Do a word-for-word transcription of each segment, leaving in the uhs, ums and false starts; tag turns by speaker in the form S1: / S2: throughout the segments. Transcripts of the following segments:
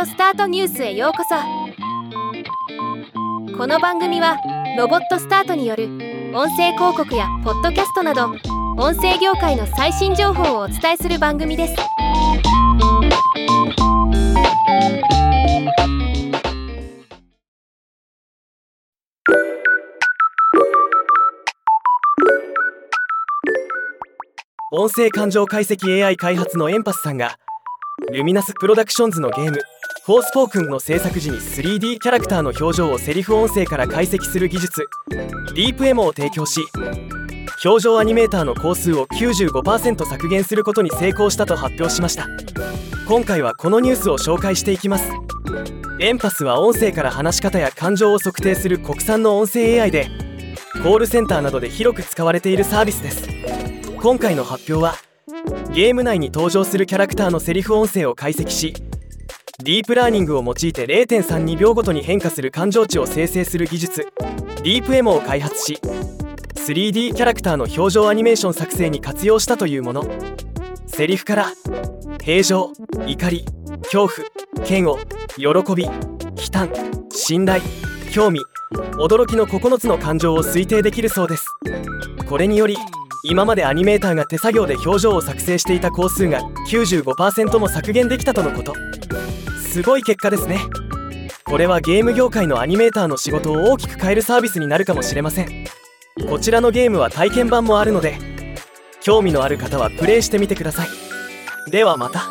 S1: オスタートニュースへようこそ。この番組はロボットスタートによる音声広告やポッドキャストなど音声業界の最新情報をお伝えする番組です。
S2: 音声感情解析 エーアイ 開発のエンパスさんがルミナスプロダクションズのゲームフォースポークンの制作時に スリーディー キャラクターの表情をセリフ音声から解析する技術ディープエモを提供し、表情アニメーターの工数を きゅうじゅうごパーセント 削減することに成功したと発表しました。今回はこのニュースを紹介していきます。エンパスは音声から話し方や感情を測定する国産の音声 エーアイ でコールセンターなどで広く使われているサービスです。今回の発表はゲーム内に登場するキャラクターのセリフ音声を解析し、ディープラーニングを用いて れいてんさんにびょうごとに変化する感情値を生成する技術ディープエモを開発し、スリーディー キャラクターの表情アニメーション作成に活用したというもの。セリフから平常、怒り、恐怖、嫌悪、喜び、悲嘆、信頼、興味、驚きのここのつの感情を推定できるそうです。これにより今までアニメーターが手作業で表情を作成していた工数が きゅうじゅうごパーセント も削減できたとのこと。すごい結果ですね。これはゲーム業界のアニメーターの仕事を大きく変えるサービスになるかもしれません。こちらのゲームは体験版もあるので興味のある方はプレイしてみてください。ではまた。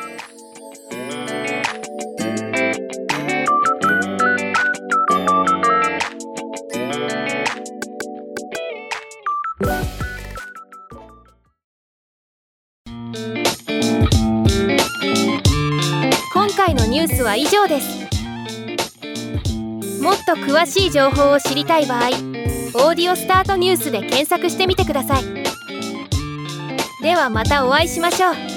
S1: 今回のニュースは以上です。もっと詳しい情報を知りたい場合、オーディオスタートニュースで検索してみてください。ではまたお会いしましょう。